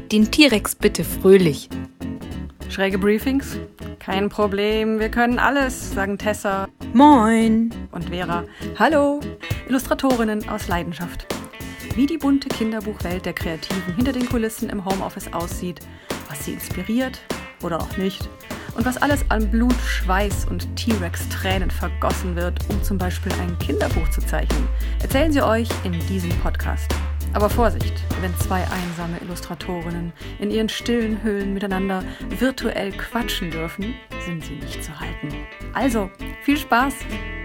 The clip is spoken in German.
Seht den T-Rex bitte fröhlich. Schräge Briefings? Kein Problem, wir können alles, sagen Tessa Moin. und Vera. Hallo, Illustratorinnen aus Leidenschaft. Wie die bunte Kinderbuchwelt der Kreativen hinter den Kulissen im Homeoffice aussieht, was sie inspiriert oder auch nicht und was alles an Blut, Schweiß und T-Rex-Tränen vergossen wird, um zum Beispiel ein Kinderbuch zu zeichnen, erzählen sie euch in diesem Podcast. Aber Vorsicht, wenn zwei einsame Illustratorinnen in ihren stillen Höhlen miteinander virtuell quatschen dürfen, sind sie nicht zu halten. Also, viel Spaß!